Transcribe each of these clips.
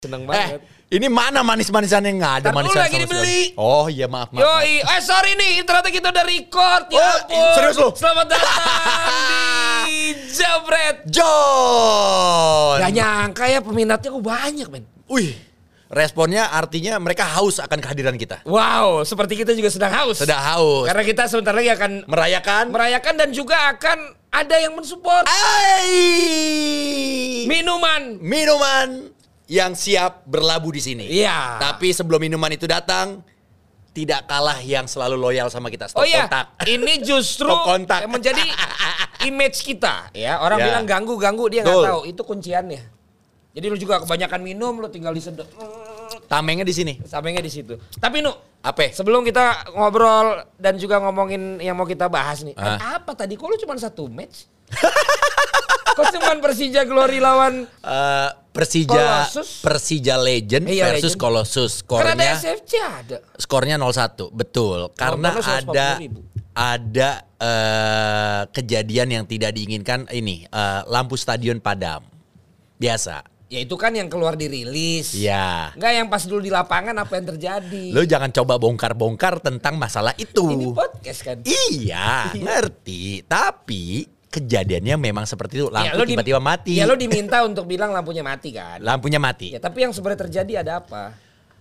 Seneng banget. Ini mana manis-manisannya? Nggak ada manisan lagi sama dibeli. sekali. Oh iya maaf. Yoi, sorry nih, ternyata kita udah record. Ya ampun. Serius lu? Selamat datang di Jabret John. Gak nyangka ya peminatnya kok banyak, men. Wih, responnya artinya mereka haus akan kehadiran kita. Wow, seperti kita juga sedang haus. Sedang haus. Karena kita sebentar lagi akan merayakan dan juga akan ada yang mensupport minuman yang siap berlabuh di sini. Iya. Tapi sebelum minuman itu datang, tidak kalah yang selalu loyal sama kita. Stop kontak. Ini justru Stop kontak. menjadi image kita. Ya, orang Ya. bilang ganggu dia nggak tahu. Itu kunciannya. Jadi lu juga kebanyakan minum, lu tinggal disedot. Tamengnya di sini. Sampai di situ. Tapi Apa? sebelum kita ngobrol dan juga ngomongin yang mau kita bahas nih. Apa tadi? Kok lu cuma satu match? Kok cuma Persija Glory lawan Persija Legend versus Legend. Colossus. Karena ada Skornya SFC ada. skornya 0-1. Betul. Karena ada kejadian yang tidak diinginkan ini. Lampu stadion padam. Biasa. Ya itu kan yang keluar dirilis. Ya. Enggak yang pas dulu di lapangan apa yang terjadi. Lo jangan coba bongkar-bongkar tentang masalah itu. Ini podcast kan. Iya, ngerti. Tapi kejadiannya memang seperti itu. Lampu tiba-tiba mati. Ya lo diminta untuk bilang lampunya mati kan. Lampunya mati. Ya tapi yang sebenarnya terjadi ada apa?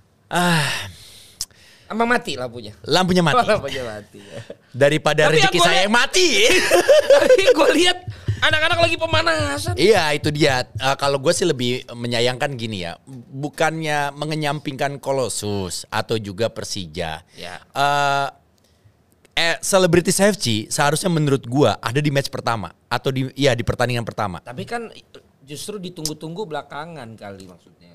Emang mati lampunya? Lampunya mati. Lampunya mati. Daripada Tapi rezeki saya yang mati. Tapi gue lihat anak-anak lagi pemanasan. Iya itu dia. Kalau gue sih lebih menyayangkan gini ya. Bukannya mengenyampingkan Colossus atau juga Persija. Ya. Selebritis FC seharusnya menurut gue ada di match pertama. Atau di pertandingan pertama. Tapi kan justru ditunggu-tunggu belakangan kali maksudnya.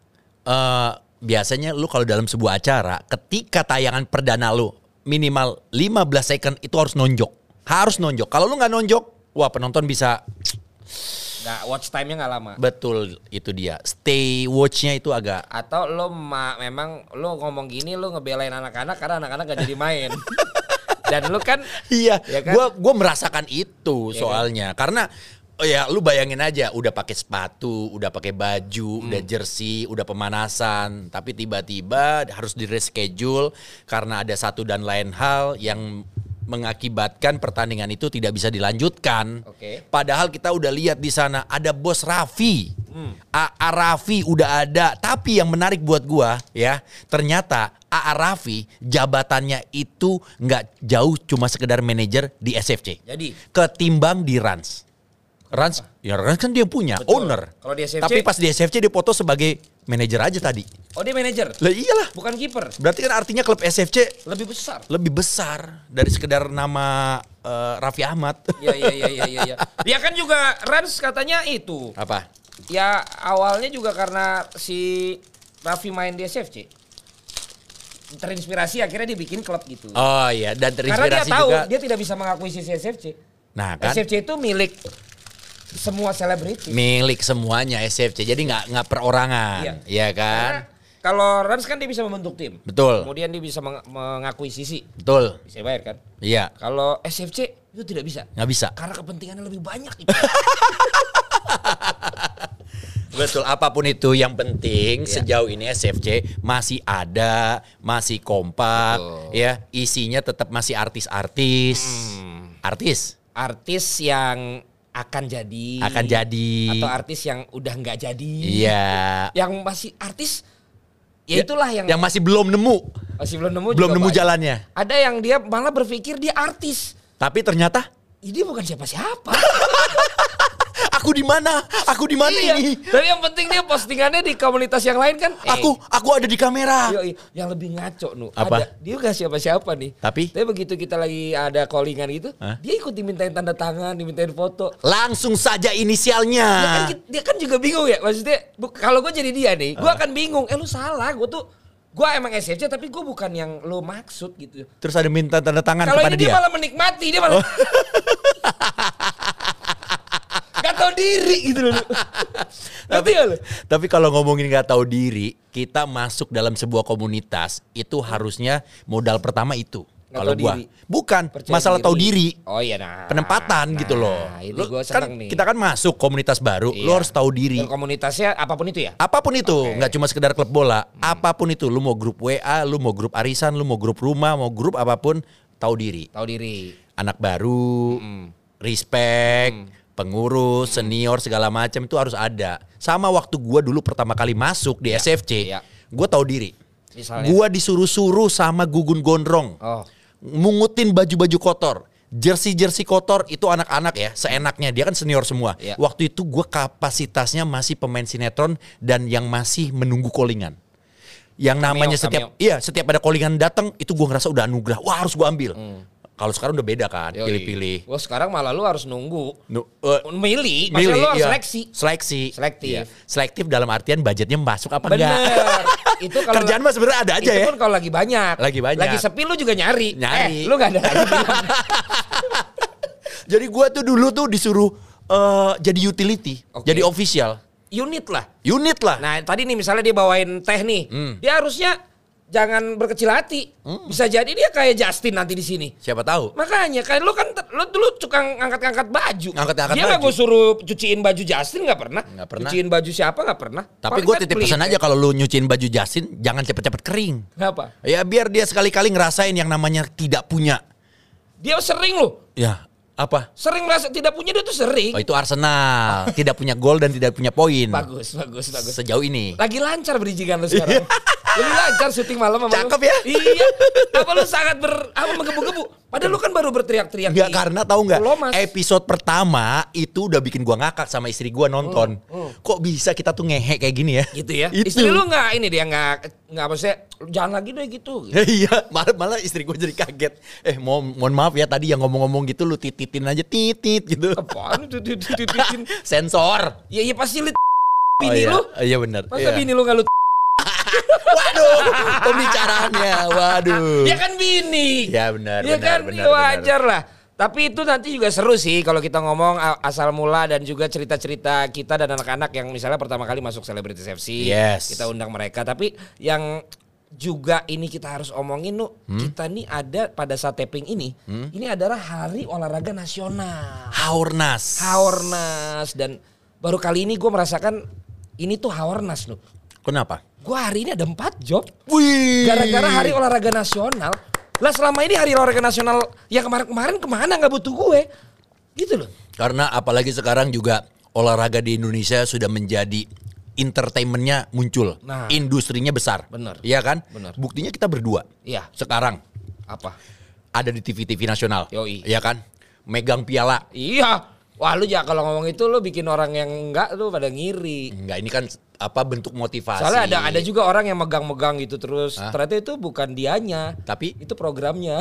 Biasanya lu kalau dalam sebuah acara, ketika tayangan perdana lu minimal 15 second itu harus nonjok. Harus nonjok. Kalau lu nggak nonjok, wah penonton bisa Nggak, watch time-nya nggak lama. betul itu dia. Stay watch-nya itu agak. Atau lo memang lo ngomong gini lo ngebelain anak-anak karena anak-anak gak jadi main. Dan lo kan Iya, ya kan? gua merasakan itu Ya soalnya. Karena ya lu bayangin aja udah pakai sepatu, udah pakai baju, udah jersey, udah pemanasan, tapi tiba-tiba harus di-reschedule karena ada satu dan lain hal yang mengakibatkan pertandingan itu tidak bisa dilanjutkan. Oke. Padahal kita udah lihat di sana ada bos Raffi. A.A. Raffi udah ada, tapi yang menarik buat gua ya, ternyata A.A. Raffi jabatannya itu nggak jauh cuma sekedar manajer di SFC. Jadi Ketimbang di Rans. Rans kan dia punya Betul. owner. Kalau di SFC? Tapi pas di SFC dia foto sebagai manajer aja tadi. oh dia manajer, Lah iyalah. bukan kiper. Berarti kan artinya klub SFC Lebih besar. lebih besar dari sekedar nama Raffi Ahmad. Iya. Dia kan juga Rans katanya itu. Apa? Ya awalnya juga karena si Raffi main di SFC. Terinspirasi akhirnya dia bikin klub gitu. Oh iya, dan Karena dia terinspirasi tahu juga. dia tidak bisa mengakuisisi SFC. Nah kan, SFC itu milik semua selebriti. milik semuanya SFC, jadi nggak perorangan, ya kan? Karena kalau Rans kan dia bisa membentuk tim. Betul. Kemudian dia bisa mengakuisisi. Betul, Bisa bayar kan? iya, Kalau SFC itu tidak bisa. nggak bisa. Karena kepentingannya lebih banyak itu. Betul, apapun itu yang penting sejauh ini SFC masih ada, masih kompak, ya, isinya tetap masih artis-artis, Artis yang akan jadi. Atau artis yang udah nggak jadi. Iya. Yang masih artis. Ya itulah yang masih belum nemu, masih belum nemu. belum juga nemu banyak. jalannya. Ada yang dia malah berpikir dia artis. Tapi ternyata Dia bukan siapa-siapa. aku di mana? Aku di mana Iya. ini? Tapi yang penting dia postingannya di komunitas yang lain kan. Aku ada di kamera. Yoi, yang lebih ngaco Apa? Dia gak siapa-siapa nih. Tapi begitu kita lagi ada callingan gitu, dia ikut dimintain tanda tangan, dimintain foto. langsung saja inisialnya. Dia kan juga bingung ya. Maksudnya kalau gue jadi dia nih, gue akan bingung. Lu salah, gue emang SFC tapi gue bukan yang lo maksud gitu. Terus ada minta tanda tangan Kalau kepada ini dia malah menikmati, dia malah gak tau diri gitu loh. Tapi kalau ngomongin gak tahu diri, kita masuk dalam sebuah komunitas itu harusnya modal pertama itu. Nggak Kalau tahu gua diri. bukan Percaya masalah tahu diri. Oh iya nah. Penempatan gitu loh. Ini Lu gue kan seneng nih. kita kan masuk komunitas baru, lu Iya. harus tahu diri. Dan komunitasnya apapun itu ya? Apapun itu, Oke. nggak cuma sekedar klub bola, apapun itu, lu mau grup WA, lu mau grup arisan, lu mau grup rumah, mau grup apapun, tahu diri. Tahu diri. Anak baru, respect, pengurus, senior segala macam itu harus ada. Sama waktu gua dulu pertama kali masuk di SFC, Iya. gua tahu diri. Misalnya. Gua disuruh-suruh sama Gugun Gondrong. Oh. Mungutin baju-baju kotor. Jersey kotor itu anak-anak ya, seenaknya dia kan senior semua. Iya. Waktu itu gue kapasitasnya masih pemain sinetron dan yang masih menunggu callingan. Yang namanya setiap ada callingan datang itu gue ngerasa udah anugerah. Wah harus gue ambil. Kalau sekarang udah beda kan, Yoi. pilih-pilih. Wah sekarang malah lu harus nunggu. Milih, Milih, maksudnya lu harus iya. seleksi. Selektif. Iya. Selektif dalam artian budgetnya masuk apa Bener. enggak. Itu kalau Kerjaan mah sebenarnya ada aja itu ya. pun kalau lagi banyak. Lagi sepi lu juga nyari. Lu gak ada lagi. Jadi gue tuh dulu tuh disuruh jadi utility, Oke. jadi official. Unit lah. Unit lah. Nah tadi nih misalnya dia bawain teh nih. Dia harusnya jangan berkecil hati. Bisa jadi dia kayak Justin nanti di sini. Siapa tahu. Makanya kayak lu kan lu dulu tukang angkat-angkat baju. Angkat-angkat dia nggak baju. gue suruh cuciin baju Justin nggak pernah. Nggak pernah. Cuciin baju siapa nggak pernah. Tapi Paling gue kan titip beli pesan teh. aja kalau lu nyuciin baju Justin jangan cepet-cepet kering. Kenapa? Ya biar dia sekali-kali ngerasain yang namanya tidak punya. Dia sering loh. Ya apa? Sering merasa tidak punya dia tuh sering. Oh itu Arsenal. Tidak punya gol dan tidak punya poin. Bagus. Sejauh ini. Lagi lancar berijikan lu sekarang. Lebih lancar syuting malam sama Cakep lu. ya? Iya. Apa lu sangat menggebu-gebu. Padahal lu kan baru berteriak-teriak. Enggak, di karena tahu nggak? Pulau Mas. Episode pertama itu udah bikin gua ngakak sama istri gua nonton. Kok bisa kita tuh ngehe kayak gini ya? Gitu ya. Itu. Istri lu nggak ini dia nggak maksudnya jangan lagi deh gitu. Iya, malah istri gue jadi kaget. Mohon maaf ya tadi yang ngomong-ngomong gitu lu tititin aja titit gitu. Apaan itu titin. Sensor. Iya pasti lu bini lu. Iya benar. Masa bini lu nggak lu Waduh, pembicaraannya. Waduh. dia kan bini. Ya benar, Dia benar, kan benar, wajar lah. Tapi itu nanti juga seru sih kalau kita ngomong asal mula dan juga cerita-cerita kita dan anak-anak yang misalnya pertama kali masuk Celebrities FC. Yes. Kita undang mereka. Tapi yang juga ini kita harus omongin kita nih ada pada saat taping ini. Ini adalah Hari Olahraga Nasional. Haornas. Dan baru kali ini gue merasakan ini tuh Haornas loh. Kenapa? Gue hari ini ada 4 job. Wih. Gara-gara Hari Olahraga Nasional. Lah selama ini Hari Olahraga Nasional yang kemarin-kemarin kemana gak butuh gue. Gitu loh. Karena apalagi sekarang juga olahraga di Indonesia sudah menjadi entertainmentnya muncul. Nah. Industrinya besar. Bener. Iya kan? Bener. Buktinya kita berdua. Iya. Sekarang Apa? ada di TV-TV nasional. Yoi. Iya kan? Megang piala. Iya. Wah lu ya kalau ngomong itu lu bikin orang yang enggak tuh pada ngiri. Enggak, ini kan bentuk motivasi. Soalnya ada juga orang yang megang-megang gitu terus. Ternyata itu bukan dianya. Tapi Itu programnya.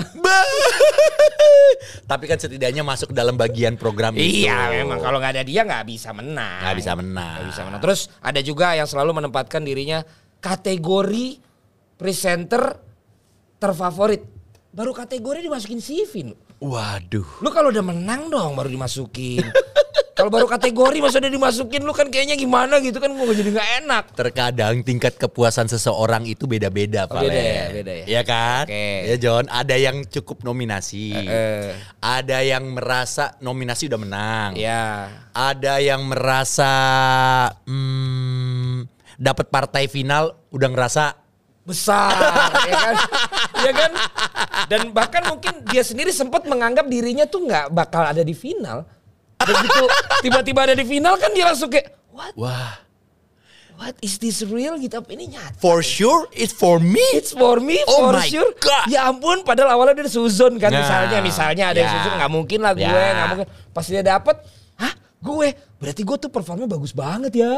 Tapi kan setidaknya masuk dalam bagian program itu. Iya memang kalau nggak ada dia nggak bisa menang. Nggak bisa menang. Nggak bisa menang. Terus ada juga yang selalu menempatkan dirinya kategori presenter terfavorit. Baru kategori dimasukin CV lu. Waduh. Lu kalau udah menang dong baru dimasukin. Kalau baru kategori maksudnya dimasukin lu kan kayaknya gimana gitu kan gue jadi nggak enak. Terkadang tingkat kepuasan seseorang itu beda-beda, Pak. Beda ya. Iya kan? Oke. Ya John, ada yang cukup nominasi. Ada yang merasa nominasi udah menang. Ya. Ada yang merasa dapat partai final udah ngerasa Besar ya kan? Ya kan? Dan bahkan mungkin dia sendiri sempat menganggap dirinya tuh nggak bakal ada di final. Begitu tiba-tiba ada di final kan dia langsung kayak what is this real gitu, ini nyata. for sure it's for me. It's for me, Oh for my sure. God. Ya ampun, padahal awalnya dia suzon kan, Nah, misalnya ada yang ya. suzon, nggak mungkin lah gue, Ya. nggak mungkin. Pas dia dapet, gue, berarti gue tuh performnya bagus banget ya.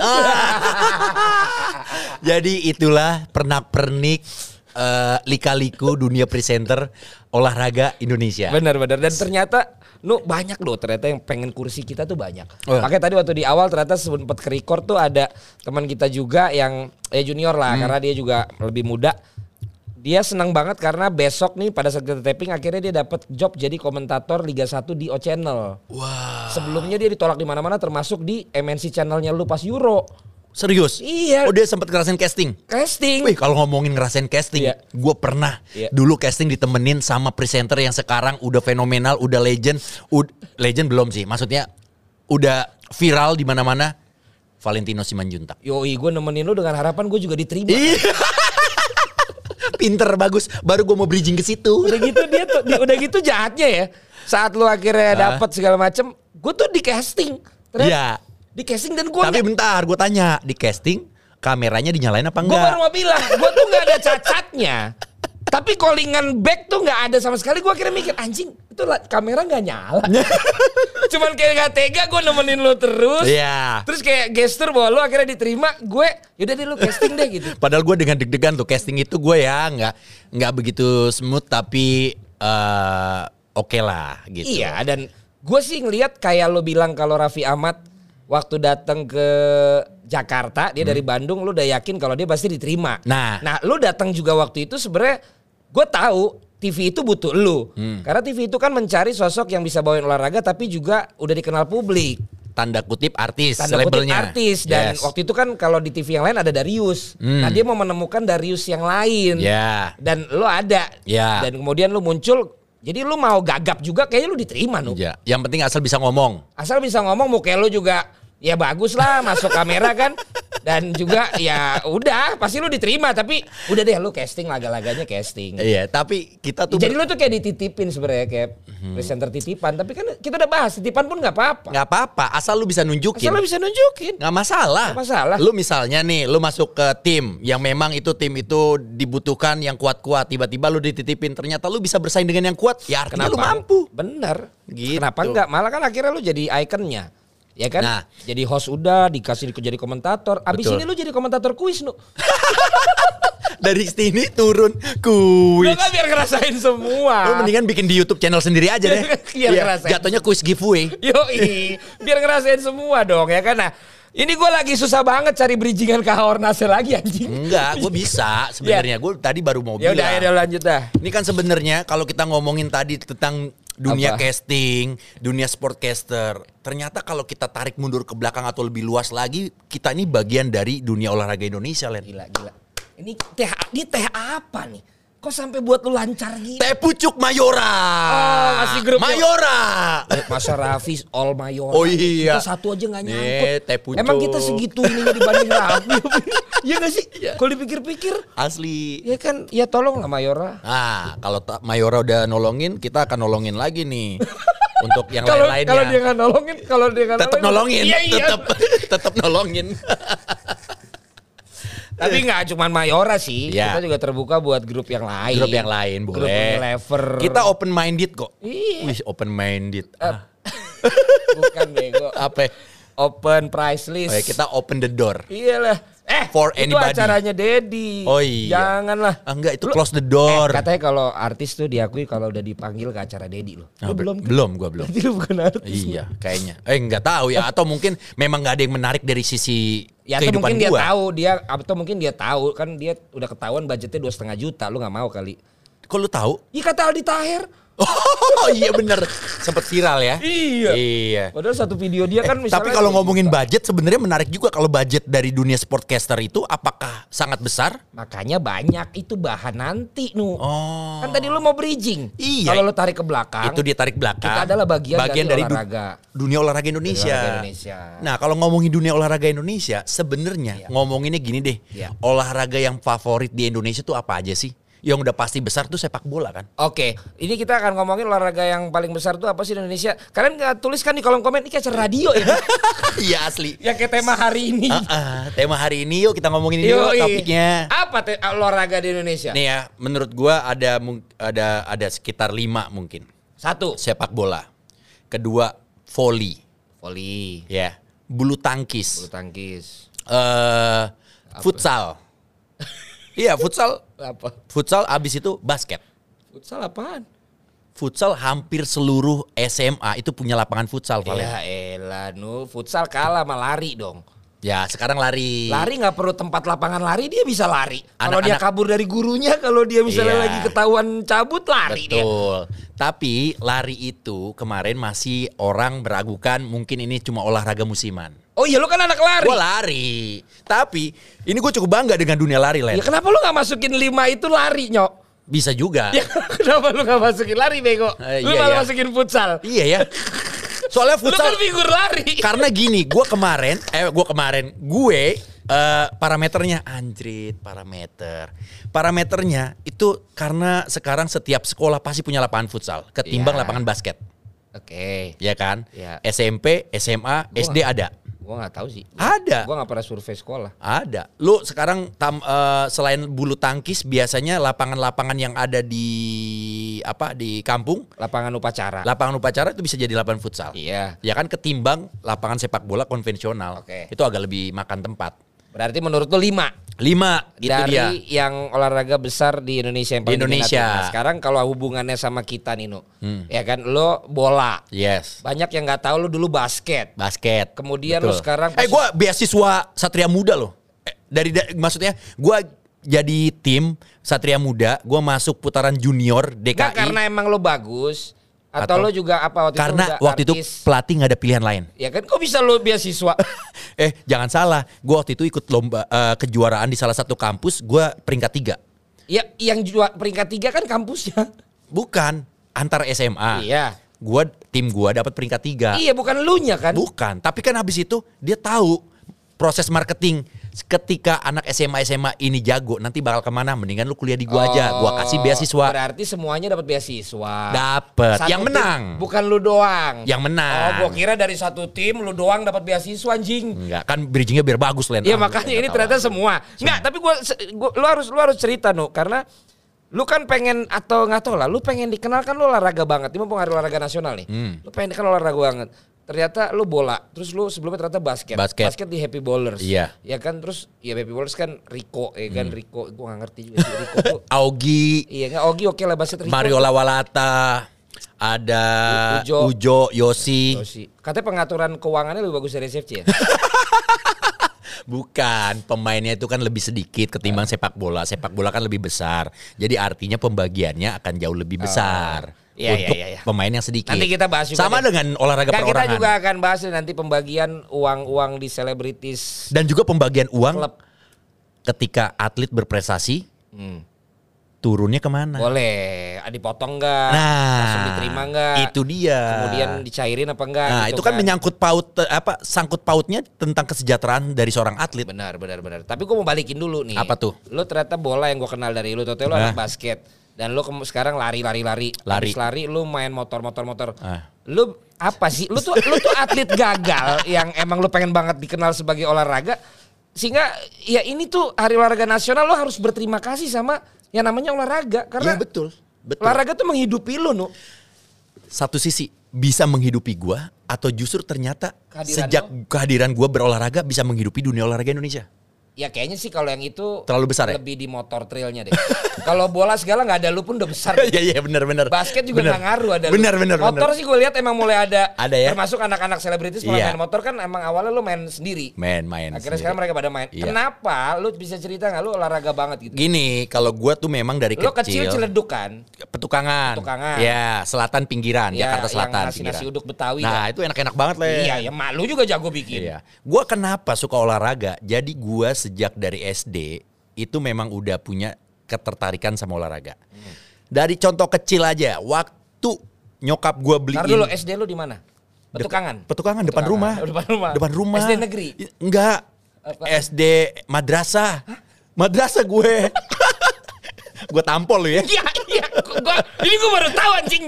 Jadi itulah pernak-pernik lika-liku dunia presenter olahraga Indonesia. Benar. Dan ternyata banyak loh ternyata yang pengen kursi kita tuh banyak. Oh. Makanya tadi waktu di awal ternyata sempat ke-record tuh ada teman kita juga yang junior lah, karena dia juga lebih muda. Dia senang banget karena besok nih pada saat kita taping akhirnya dia dapat job jadi komentator Liga 1 di O Channel. Wah. Sebelumnya dia ditolak di mana-mana termasuk di MNC channelnya lu pas Euro. Serius? Iya. Oh dia sempat ngerasain casting? Casting. Wih kalau ngomongin ngerasain casting, gue pernah dulu casting ditemenin sama presenter yang sekarang udah fenomenal, udah legend. Legend belum sih, maksudnya udah viral di mana-mana. Valentino Simanjuntak. Yoi, gue nemenin lu dengan harapan gue juga diterima. Pinter, bagus. Baru gue mau bridging ke situ. Udah gitu udah gitu jahatnya ya. Saat lu akhirnya dapat segala macem, gue tuh di casting. Iya. Di casting dan gue. Tapi bentar, gue tanya di casting kameranya dinyalain apa enggak? Gue baru mau bilang, gue tuh nggak ada cacatnya. Tapi callingan back tuh nggak ada sama sekali. Gue akhirnya mikir anjing itu kamera nggak nyala. Cuman kayak gak tega gue nemenin lu terus. Iya. Terus kayak gestur bahwa lu akhirnya diterima. Gue yaudah deh lu casting deh gitu. Padahal gue dengan deg-degan tuh casting itu gue ya nggak begitu smooth tapi oke lah gitu. Iya dan gue sih ngelihat kayak lu bilang kalau Raffi Ahmad waktu datang ke Jakarta, dia dari Bandung, lu udah yakin kalau dia pasti diterima. Nah, lu datang juga waktu itu sebenarnya gue tahu TV itu butuh lu. Karena TV itu kan mencari sosok yang bisa bawain olahraga tapi juga udah dikenal publik. Tanda kutip artis, tanda kutip labelnya. Artis dan waktu itu kan kalau di TV yang lain ada Darius. Nah, dia mau menemukan Darius yang lain. Dan lu ada. Dan kemudian lu muncul. Jadi lu mau gagap juga kayaknya lu diterima nu. Yang penting asal bisa ngomong. Asal bisa ngomong muka lu juga ya bagus lah masuk kamera kan. Dan juga ya udah pasti lu diterima tapi udah deh lu casting laga-laganya casting. Iya, tapi kita tuh jadi lu tuh kayak dititipin sebenarnya kayak presenter titipan, tapi kan kita udah bahas titipan pun nggak apa-apa. Nggak apa-apa, asal lu bisa nunjukin. Asal lu bisa nunjukin. Nggak masalah. Nggak masalah. Lu misalnya nih, lu masuk ke tim yang memang itu tim itu dibutuhkan yang kuat-kuat, tiba-tiba lu dititipin, ternyata lu bisa bersaing dengan yang kuat, ya artinya lu mampu. Bener. Gitu. Kenapa enggak? Malah kan akhirnya lu jadi ikonnya. Ya kan? Nah, jadi host udah, dikasih jadi komentator. Abis ini lu jadi komentator kuis, Nu. Dari sini turun kuis. Lu kan biar ngerasain semua. Lu mendingan bikin di YouTube channel sendiri aja deh. Biar ngerasain. Jatuhnya kuis giveaway. Yoi, biar ngerasain semua dong ya kan. Nah, ini gue lagi susah banget cari bridgingan ke Haornasnya lagi anjing. Enggak, gue bisa sebenarnya. Gue tadi baru mau bilang. Ya udah lanjut dah. Ini kan sebenarnya kalau kita ngomongin tadi tentang dunia casting, dunia sportcaster. Ternyata kalau kita tarik mundur ke belakang atau lebih luas lagi, kita ini bagian dari dunia olahraga Indonesia, Len. Gila. Ini teh apa nih? Kok sampai buat lu lancar gitu? Teh pucuk Mayora. Oh, masih grup Mayora. Masa Raffi all Mayora. Oh iya. Kita satu aja gak nyangkut. Teh pucuk. Emang kita segitu ininya dibanding Raffi. Iya gak sih? Kalau dipikir-pikir. Asli. Ya kan, ya tolong lah Mayora. Nah, kalau Mayora udah nolongin, kita akan nolongin lagi nih. Untuk yang lain-lainnya. Kalau dia gak nolongin, tetap nolongin. Iya. Tetap nolongin. Tapi nggak cuma Mayora sih, kita juga terbuka buat grup yang lain. Grup yang lain boleh. Grup Unilever. Kita open minded kok. Iya. Wih, open minded. Bukan bego. Apa? Open price list. Oh, ya, kita open the door. Iyalah. For anybody. Itu acaranya Dedi. Oh iya. Janganlah. Enggak, itu close the door. Katanya kalau artis tuh diakui kalau udah dipanggil ke acara Dedi loh. Belum, gua belum. Berarti lu bukan artis. Iya, kayaknya. Enggak tahu ya, atau mungkin memang enggak ada yang menarik dari sisi ya, kehidupan mungkin atau mungkin dia tahu kan dia udah ketahuan budgetnya 2,5 juta, lu nggak mau kali. Kok lu tahu? Iya kata Aldi Taher. Oh iya bener, sempet viral ya. Iya. Padahal satu video dia kan misalnya. Tapi kalau ngomongin budget sebenarnya menarik juga kalau budget dari dunia sportcaster itu apakah sangat besar? Makanya banyak itu bahan nanti Nu. Oh. Kan tadi lu mau bridging. Iya. Kalau lu tarik ke belakang. Itu dia tarik belakang. Kita adalah bagian dari olahraga. Dunia olahraga Indonesia. Nah kalau ngomongin dunia olahraga Indonesia sebenarnya ngomonginnya gini deh. Olahraga yang favorit di Indonesia tuh apa aja sih? Yang udah pasti besar tuh sepak bola kan. Oke, ini kita akan ngomongin olahraga yang paling besar tuh apa sih di Indonesia. Kalian tuliskan di kolom komen, ini kayak acara radio ya. Iya asli. Ya kayak tema hari ini. Tema hari ini yuk kita ngomongin ini yuk topiknya. Apa olahraga di Indonesia? Nih ya, menurut gua ada sekitar 5 mungkin. 1. Sepak bola. Kedua, volley. Ya. Bulu tangkis. Futsal. Iya, futsal. Apa? Futsal abis itu basket. Futsal apaan? Futsal hampir seluruh SMA itu punya lapangan futsal, Valen. Ya elah, futsal kalah sama lari dong. Ya, sekarang lari. Lari nggak perlu tempat lapangan lari, dia bisa lari. Kalau dia kabur dari gurunya, kalau dia misalnya lagi ketahuan cabut, lari dia. Betul. Tapi lari itu kemarin masih orang meragukan mungkin ini cuma olahraga musiman. Oh iya, lu kan anak lari. Gue lari. Tapi ini gue cukup bangga dengan dunia lari, Len. Ya kenapa lu gak masukin 5 itu lari, Nyok? Bisa juga. Ya kenapa lu gak masukin lari, bego? Lu malah masukin futsal. Iya ya. Soalnya futsal. Lu kan figur lari. Karena gini, gue parameternya anjrit, parameternya itu karena sekarang setiap sekolah pasti punya lapangan futsal ketimbang lapangan basket. Oke. Ya kan? Ya. SMP, SMA, SD ada. Gua nggak tahu sih. Ada. Gua nggak pernah survei sekolah. Ada. Lu sekarang selain bulu tangkis biasanya lapangan-lapangan yang ada di kampung, Lapangan upacara. lapangan upacara itu bisa jadi lapangan futsal. Iya. Ya kan ketimbang lapangan sepak bola konvensional. Oke. Itu agak lebih makan tempat. Berarti menurut lu 5 gitu dari dia. yang olahraga besar di Indonesia yang Di paling Indonesia. diminati. Nah, sekarang kalau hubungannya sama kita nih, Nu. Ya kan, lo bola. Yes. Banyak yang nggak tahu lu dulu basket. Kemudian Betul. lu sekarang gue beasiswa Satria Muda loh. Maksudnya gue jadi tim Satria Muda, gue masuk putaran junior DKI. Nggak karena emang lo bagus atau lo juga apa waktu karena itu udah waktu itu artis? pelatih nggak ada pilihan lain. Ya kan, kok bisa lo beasiswa? Jangan salah, gue waktu itu ikut lomba kejuaraan di salah satu kampus, gue peringkat 3. Ya, yang peringkat 3 kan kampusnya. Bukan, antar SMA. Iya. Tim gue dapat peringkat 3. Iya, bukan lu nya kan? Bukan, tapi kan habis itu dia tahu proses marketing. Ketika anak SMA ini jago, nanti bakal kemana? Mendingan lu kuliah di gua aja, gua kasih beasiswa. Berarti semuanya dapat beasiswa. Dapat. Yang tim, menang. bukan lu doang. Yang menang. Oh, gua kira dari satu tim lu doang dapat beasiswa, anjing. Enggak, kan bridgingnya biar bagus, Len. Iya, makanya ini ternyata semua. Enggak, tapi lu harus cerita, Nu, karena lu kan pengen atau nggak tahu lah, lu pengen dikenal kan lu olahraga banget. Ini mumpung hari olahraga nasional nih. Lu pengen dikenal olahraga banget. Ternyata lu bola, terus lu sebelumnya ternyata basket. Basket di Happy Bowlers. Iya. Ya kan, terus ya Happy Bowlers kan Rico, ya kan Rico. Gua gak ngerti juga sih Rico tuh. Augie. Iya enggak, Augie oke lah, basket Rico. Mario Lawalata. Ada Ujo, Yosi. Katanya pengaturan keuangannya lebih bagus dari SFC ya? Bukan, pemainnya itu kan lebih sedikit ketimbang sepak bola. Sepak bola kan lebih besar. Jadi artinya pembagiannya akan jauh lebih besar. Untuk pemain yang sedikit. Nanti kita bahas juga. Sama dengan olahraga perorangan. Kita juga akan bahas nanti pembagian uang-uang di selebritis. Dan juga pembagian uang klub. Ketika atlet berprestasi. Turunnya kemana? Boleh, dipotong nggak? Langsung diterima nggak? Itu dia. Kemudian dicairin apa enggak? Nah, gitu itu kan menyangkut sangkut pautnya tentang kesejahteraan dari seorang atlet. Benar. Tapi gue mau balikin dulu nih. Apa tuh? Lu ternyata bola yang gue kenal dari lu, lu anak basket. Dan lu sekarang lari. Habis lari lu main motor. Lu apa sih? Lu tuh atlet gagal yang emang lu pengen banget dikenal sebagai olahraga. Sehingga ya ini tuh hari olahraga nasional, lu harus berterima kasih sama yang namanya olahraga. Karena ya, betul. Olahraga tuh menghidupi lu, Nu. Satu sisi bisa menghidupi gua, atau justru ternyata kehadiran gua berolahraga bisa menghidupi dunia olahraga Indonesia. Ya kayaknya sih kalau yang itu terlalu besar lebih di motor trailnya deh. Kalau bola segala nggak ada lu pun udah besar. Iya benar. Basket juga nggak ngaruh ada. Benar. Motor sih gue lihat emang mulai ada. Ada ya. Termasuk anak-anak selebritis mulai main motor kan emang awalnya lu main sendiri. Main. Akhirnya sendiri. sekarang mereka pada main. Iya. Kenapa? Lu bisa cerita nggak? Lu olahraga banget gitu. Gini, kalau gua tuh memang dari lu kecil Ciledug kan? Petukangan. Ya, selatan pinggiran, ya, Jakarta Selatan. Yang nasi uduk Betawi. Nah, itu enak-enak banget, Le. Iya, ya malu juga jago bikin. Iya. Gua kenapa suka olahraga? Jadi gua sejak dari SD itu memang udah punya ketertarikan sama olahraga. Dari contoh kecil aja, waktu nyokap gua beliin. Ntar dulu, SD lu di mana? Petukangan depan rumah. Depan rumah. SD negeri? Enggak. SD madrasah. Madrasah gue. Gue tampol lu ya. Iya. Ini gue baru tahu anjing.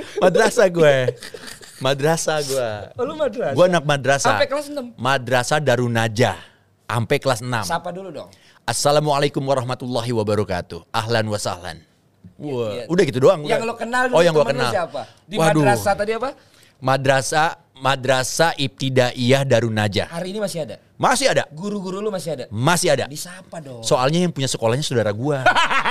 Madrasah gue. Oh, lu madrasah? Gue anak madrasah. Sampai kelas 6? Madrasah Darun Najah. Sampai kelas 6. Sapa dulu dong. Assalamualaikum warahmatullahi wabarakatuh. Ahlan wa sahlan. Iya. Udah gitu doang. Yang lo kenal dulu, yang gue kenal. Siapa? Di madrasah tadi apa? Madrasah Ibtidaiyah Darun Najah. Hari ini masih ada? Masih ada. Guru-guru lu masih ada? Masih ada. Disapa dong. Soalnya yang punya sekolahnya saudara gua.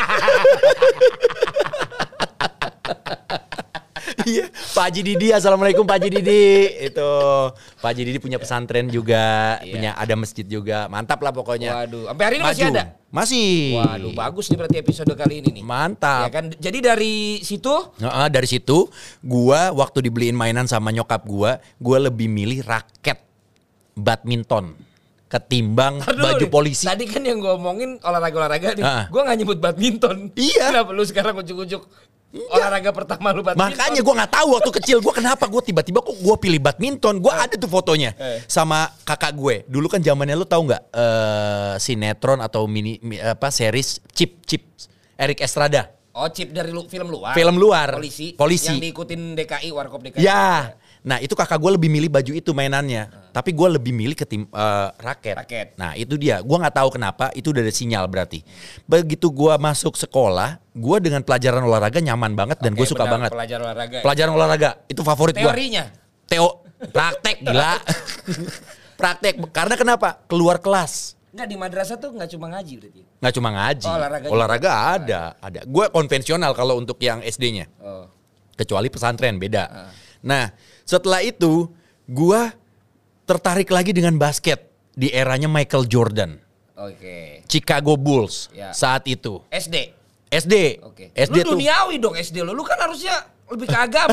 Iya, Pak Haji Didi, assalamualaikum Pak Haji Didi. Itu Pak Haji Didi punya pesantren juga, punya ada masjid juga, mantap lah pokoknya. Waduh, sampai hari ini masih ada? Masih. Waduh, bagus nih berarti episode kali ini nih. Mantap. Ya kan, jadi dari situ? Dari situ, gua waktu dibeliin mainan sama nyokap gua lebih milih raket badminton. ketimbang baju polisi. Tadi kan yang gue omongin olahraga nih. Gue gak nyebut badminton. Iya. Kenapa lu sekarang ujuk-ujuk olahraga pertama lu badminton? Makanya gue gak tahu waktu kecil gue kenapa gue tiba-tiba kok gue pilih badminton. Gue ada tuh fotonya sama kakak gue. Dulu kan zamannya lu tahu nggak sinetron atau series Chip Eric Estrada. Oh, Chip dari film luar. Film luar. Polisi. Polisi. Yang diikutin DKI, Warkop DKI. Ya. Nah itu kakak gue lebih milih baju itu mainannya. Tapi gue lebih milih ke tim raket. Nah itu dia. Gue gak tahu kenapa. Itu udah ada sinyal berarti. Begitu gue masuk sekolah. Gue dengan pelajaran olahraga nyaman banget. Dan gue suka banget. Pelajaran olahraga. Itu favorit gue. Teorinya? Praktek gila. Praktek. Karena kenapa? Keluar kelas. Enggak, di madrasah tuh gak cuma ngaji berarti? Gak cuma ngaji. Olahraga ada. Gue konvensional kalau untuk yang SD-nya. Kecuali pesantren beda. Nah setelah itu gue tertarik lagi dengan basket di eranya Michael Jordan. Oke. Chicago Bulls saat itu. SD. Oke. SD lu duniawi dong SD lu kan harusnya lebih ke agama.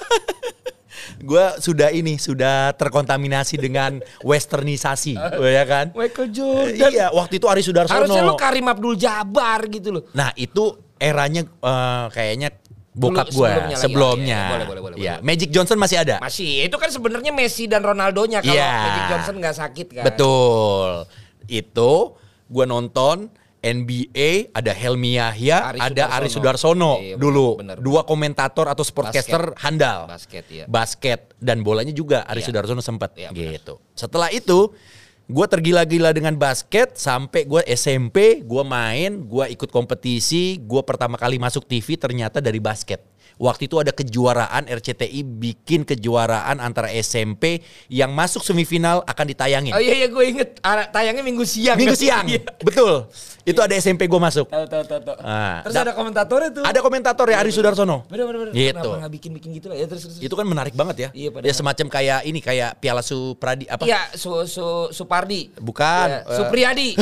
Gue sudah terkontaminasi dengan westernisasi, ya kan? Michael Jordan. Iya, waktu itu Ari Sudarsono. Harusnya lu Karim Abdul Jabbar gitu loh. Nah itu eranya kayaknya bokap gue sebelumnya. Boleh. Ya, Magic Johnson masih ada. Masih. Itu kan sebenarnya Messi dan Ronaldonya kalau Magic Johnson nggak sakit kan. Betul. Itu gue nonton NBA, ada Helmi Yahya, ada Ari Sudarsono dulu. Bener. Dua komentator atau sportcaster handal. Basket dan bolanya juga Ari Sudarsono sempat gitu. Setelah itu gue tergila-gila dengan basket sampai gue SMP, gue main, gue ikut kompetisi, gue pertama kali masuk TV ternyata dari basket. Waktu itu ada kejuaraan RCTI bikin kejuaraan antara SMP yang masuk semifinal akan ditayangin. Oh iya gue inget tayangnya minggu siang. Betul. Itu ada SMP gue masuk. Tahu. Nah, terus ada komentatornya tuh. Ada komentator ya Ari Sudarsono. Bener. Gitu. Kenapa nggak bikin gitu lah ya terus. Itu kan menarik banget ya. Iya, ya semacam kayak Piala Supradi apa? Iya, Supardi. Bukan. Ya, Supriyadi.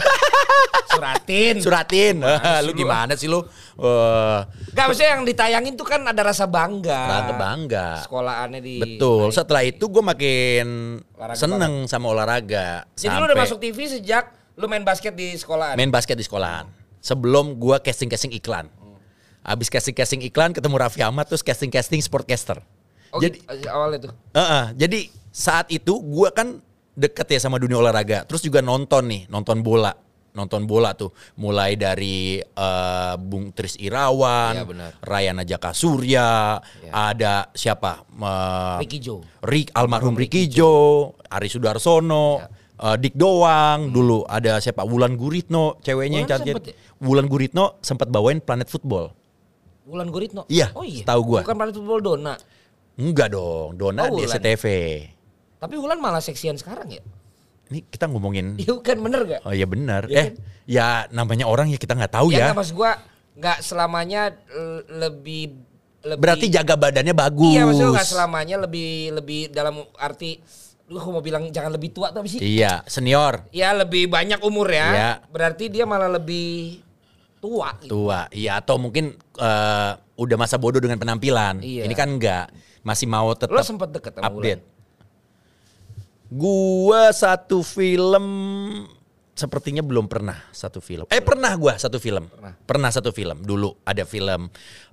Suratin. Lu gimana sih lu? Gak, maksudnya yang ditayangin tuh kan ada rasa bangga. Sekolahannya di. Betul. Setelah itu gue makin seneng sama olahraga. Jadi lu udah masuk TV sejak lu main basket di sekolahan? Main basket di sekolahan. Sebelum gue casting iklan. Abis casting iklan ketemu Raffi Ahmad terus casting sportcaster. Oh, jadi awalnya tuh. Jadi saat itu gue kan deket ya sama dunia olahraga. Terus juga nonton bola tuh. Mulai dari Bung Tris Irawan, Rayana Jaka Surya, ada siapa? Ricky Jo. Almarhum Ricky Jo, Ari Sudarsono, Dik Doang dulu. Ada siapa? Wulan Guritno, ceweknya yang cantik. Wulan Guritno sempat bawain Planet Football. Wulan Guritno? Iya, tahu gue. Bukan Planet Football Dona? Enggak dong, Dona di SCTV. Tapi Wulan malah seksian sekarang ya? Ini kita ngomongin. Iya kan, bener gak? Oh iya bener. Ya namanya orang ya kita gak tahu ya. Ya maksud gue gak selamanya lebih. Berarti jaga badannya bagus. Iya maksudnya gak selamanya lebih dalam arti. Aku mau bilang jangan lebih tua tapi sih. Iya, senior. Ya lebih banyak umur ya. Iya. Berarti dia malah lebih tua. Iya atau mungkin udah masa bodoh dengan penampilan. Iya. Ini kan enggak. Masih mau tetap lo sempet deket sama update. Gua satu film sepertinya belum pernah satu film. Pernah gua satu film. Pernah satu film. Dulu ada film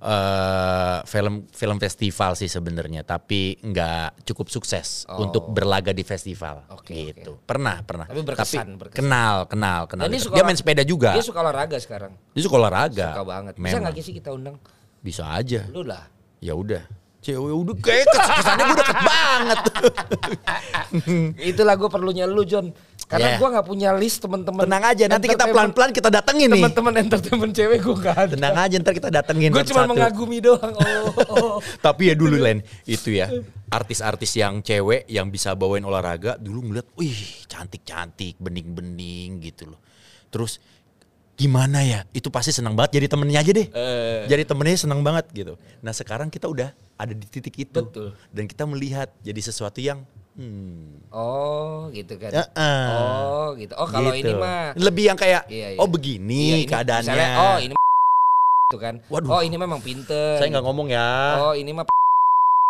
festival sih sebenarnya, tapi nggak cukup sukses untuk berlaga di festival. Gitu. Pernah. Tapi berkesan. Kenal. Dia main sepeda juga. Dia suka olahraga sekarang. Dia suka olahraga. Suka banget. Bisa nggak sih kita undang? Bisa aja. Lu lah. Ya udah. Cewek udah kayak kesannya gue deket banget. Itulah gue perlunya lu John. Karena gue gak punya list teman-teman. Tenang aja nanti kita pelan-pelan kita datengin nih. Teman-teman entertainment cewek gue gak ada. Tenang aja ntar kita datengin. Gue cuma mengagumi doang. Tapi ya dulu Len, itu ya artis-artis yang cewek yang bisa bawain olahraga dulu ngeliat, wih cantik-cantik, bening-bening gitu loh. Terus gimana ya? Itu pasti senang banget jadi temennya aja deh. Jadi temennya senang banget gitu. Nah sekarang kita udah ada di titik itu. Betul. Dan kita melihat jadi sesuatu yang oh gitu kan. Oh gitu. Oh kalau gitu. ini mah lebih yang kayak iya. Oh begini keadaannya. Misalnya, oh ini itu kan. Waduh. Oh ini memang pinter. Saya nggak ngomong ya. Oh ini mah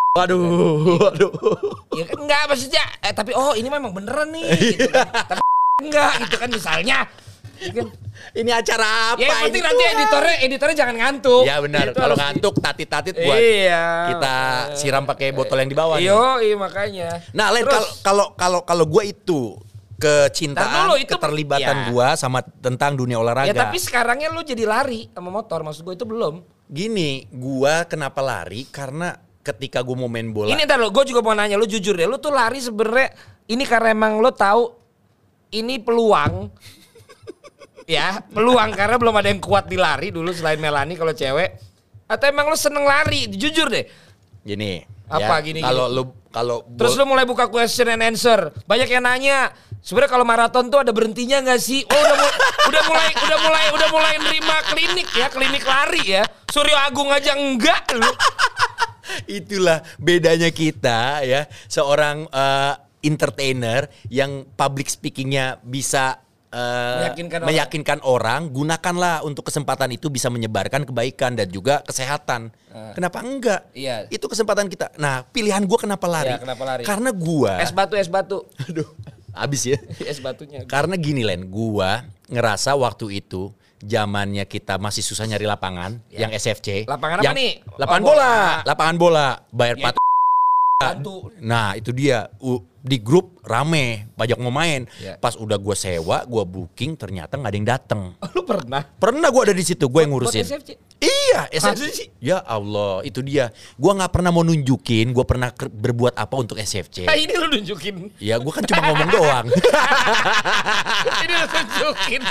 waduh. Ya kan enggak maksudnya tapi oh ini memang beneran nih gitu kan. Tapi enggak gitu kan misalnya. Ini acara apa? Ya yang penting nanti editornya jangan ngantuk. Ya benar. Kalau ngantuk tatit-tatit buat kita siram pakai botol yang di bawah. Iya makanya. Nah, Len, kalau gue itu kecintaan, keterlibatan gue sama tentang dunia olahraga. Ya tapi sekarangnya lu jadi lari sama motor, maksud gue itu belum. Gini, gue kenapa lari? Karena ketika gue mau main bola. Ini ntar lo, gue juga mau nanya, lu jujur deh, lu tuh lari sebenarnya ini karena emang lo tahu ini peluang. Ya, peluang karena belum ada yang kuat di lari dulu selain Melani kalau cewek. Atau emang lu seneng lari, jujur deh. Gini. Apa ya, gini? Kalau terus lu mulai buka question and answer. Banyak yang nanya, sebenarnya kalau maraton tuh ada berhentinya nggak sih? Oh udah mulai nerima klinik lari ya. Suryo Agung aja enggak lu. Itulah bedanya kita ya, seorang entertainer yang public speakingnya bisa meyakinkan orang, gunakanlah untuk kesempatan itu bisa menyebarkan kebaikan dan juga kesehatan. Kenapa enggak? Iya. Itu kesempatan kita. Nah, pilihan gue kenapa lari? Iya, kenapa lari? Karena gue es batu. Aduh, habis ya. Es batunya. Karena gini Len, gue ngerasa waktu itu zamannya kita masih susah nyari lapangan yang SFC. Lapangan apa nih? Lapangan bola. Bayar ya, Nah itu dia di grup rame banyak mau main. Pas udah gue sewa, gue booking, ternyata nggak ada yang datang. Lu pernah? Pernah gue ada di situ, gue yang ngurusin. SFC? Iya SFC. Ya Allah, itu dia. Gue nggak pernah mau nunjukin gue pernah berbuat apa untuk SFC. Nah, ini lu nunjukin. Ya gue kan cuma ngomong doang. Ini lu nunjukin.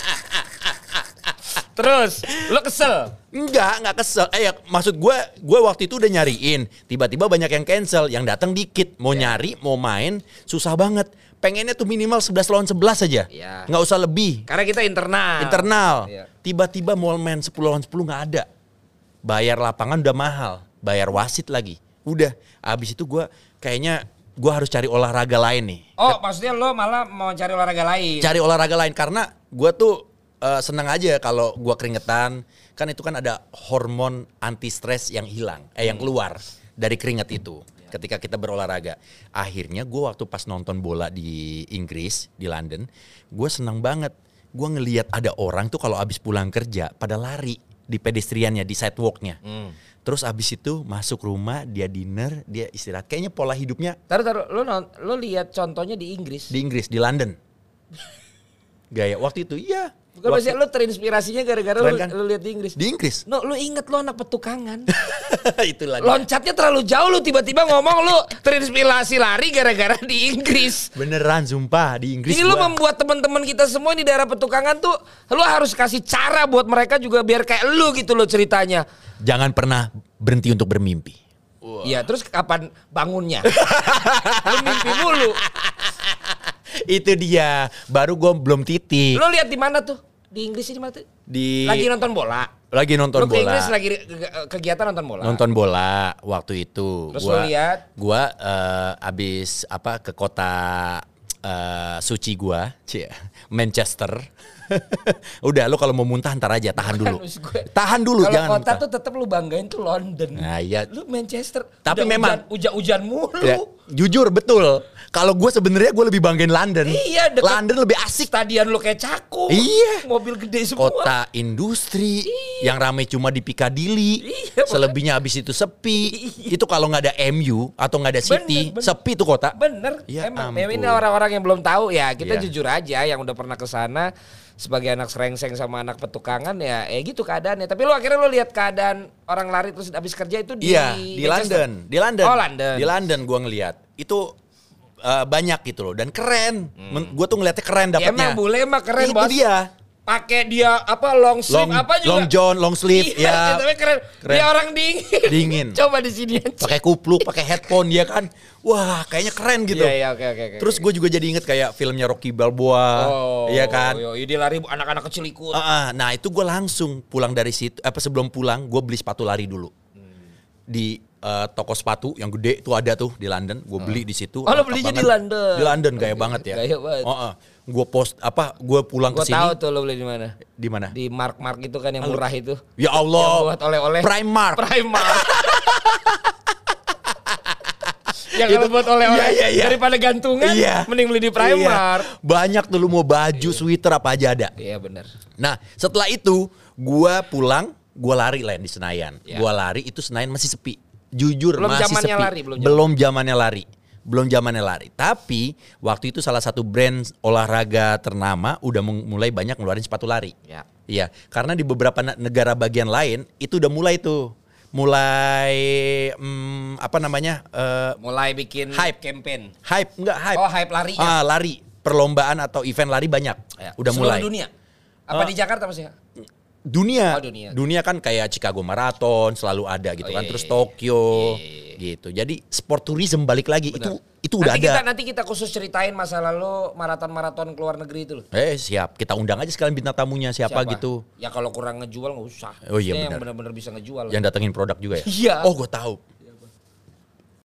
Terus, lo kesel? Enggak kesel. Ya, maksud gue waktu itu udah nyariin. Tiba-tiba banyak yang cancel, yang datang dikit. Mau nyari, mau main, susah banget. Pengennya tuh minimal 11 lawan 11 aja. Nggak usah lebih. Karena kita internal. Tiba-tiba mau main 10 lawan 10 nggak ada. Bayar lapangan udah mahal. Bayar wasit lagi. Udah, abis itu gue kayaknya gue harus cari olahraga lain nih. Oh, maksudnya lo malah mau cari olahraga lain? Cari olahraga lain, karena gue tuh senang aja kalau gua keringetan, kan itu kan ada hormon anti stres yang hilang, yang keluar dari keringat itu ketika kita berolahraga. Akhirnya gua waktu pas nonton bola di Inggris, di London, gua senang banget. Gua ngelihat ada orang tuh kalau abis pulang kerja pada lari di pedestriannya, di sidewalknya. Terus abis itu masuk rumah, dia dinner, dia istirahat. Kayaknya pola hidupnya. Taruh, lo lihat contohnya di Inggris? Di Inggris, di London. Gaya waktu itu, iya. Bukan maksudnya lo terinspirasinya gara-gara lo lihat di Inggris. Di Inggris. No, lo inget lo anak petukangan. Itulah. Loncatnya terlalu jauh, lo tiba-tiba ngomong lo terinspirasi lari gara-gara di Inggris. Beneran, sumpah di Inggris. Ini lo membuat teman-teman kita semua di daerah petukangan tuh, lo harus kasih cara buat mereka juga biar kayak lo gitu lo ceritanya. Jangan pernah berhenti untuk bermimpi. Iya, terus kapan bangunnya? Lo mimpi mulu. Itu dia, baru gue belum titik. Lo lihat di mana tuh? Di Inggris ini mana tuh? Lagi nonton bola. Lagi nonton bola. Lo ke Inggris lagi kegiatan nonton bola. Nonton bola waktu itu. Terus lo lihat? Gue abis ke kota suci gue, Manchester. Udah, lo kalau mau muntah ntar aja, tahan dulu. Tahan dulu, jangan muntah. Kalau kota tuh tetap lo banggain tuh London. Nah, iya. Lo Manchester. Tapi memang hujan mulu. Ya, jujur betul. Kalau gue sebenarnya gue lebih banggain London. Iya, London lebih asik. Stadion lo kayak Cakung. Iya. Mobil gede semua. Kota industri. Iya. Yang rame cuma di Piccadilly. Iya, selebihnya habis itu sepi. Iya. Itu kalau nggak ada MU atau nggak ada City, bener. Sepi tuh kota. Bener. Ya, emang ini orang-orang yang belum tahu ya. Kita jujur aja yang udah pernah ke sana sebagai anak serengseng sama anak petukangan ya gitu keadaannya. Tapi lo akhirnya lo lihat keadaan orang lari terus habis kerja itu di London. Di London. Oh, London. Di London gue ngelihat. Itu banyak gitu loh dan keren. Gue tuh ngeliatnya keren dapetnya. Emang boleh mah keren itu bos. Dia. Pakai dia long sleeve apa juga. Long john, long sleeve. Iya, tapi keren. Dia orang dingin. Coba di sini aja. Pakai kupluk, pakai headphone dia kan. Wah, kayaknya keren gitu. Iya, oke. Terus gue juga jadi inget kayak filmnya Rocky Balboa. Iya kan? Dia lari anak-anak kecil ikut. Nah, itu gue langsung pulang dari situ. Sebelum pulang, gue beli sepatu lari dulu. Di toko sepatu yang gede tuh ada tuh di London, gue beli di situ. Oh, lo belinya di London? Di London, gaya banget ya. Gaya banget. Gue pulang ke sini. Gue tahu tuh lo beli di mana? Di mana? Di Mark itu kan yang murah itu. Ya Allah. Yang buat oleh-oleh. Primark. Ya kalau buat oleh-oleh daripada gantungan, mending beli di Primark. Banyak tuh lu mau baju, sweater apa aja ada. Iya benar. Nah setelah itu gua pulang, gua lari lah di Senayan. Gua lari itu Senayan masih sepi. Jujur masih sepi. Belum zamannya lari. Tapi waktu itu salah satu brand olahraga ternama udah mulai banyak ngeluarin sepatu lari. Iya, karena di beberapa negara bagian lain itu udah mulai tuh. Mulai mulai bikin hype campaign. Hype. Oh, hype lari. Lari. Perlombaan atau event lari banyak. Udah mulai. Seluruh dunia. Apa di Jakarta masih? Dunia. Dunia kan kayak Chicago Marathon selalu ada gitu kan. Terus Tokyo gitu. Jadi sport tourism balik lagi. Bener. Itu udah ada. Nanti kita khusus ceritain masa lalu maraton-maraton ke luar negeri itu loh. Siap. Kita undang aja sekalian bintang tamunya siapa gitu. Ya kalau kurang ngejual nggak usah. Oh iya benar. Yang benar-benar bisa ngejual. Yang datengin produk juga ya? Iya. Oh gue tahu.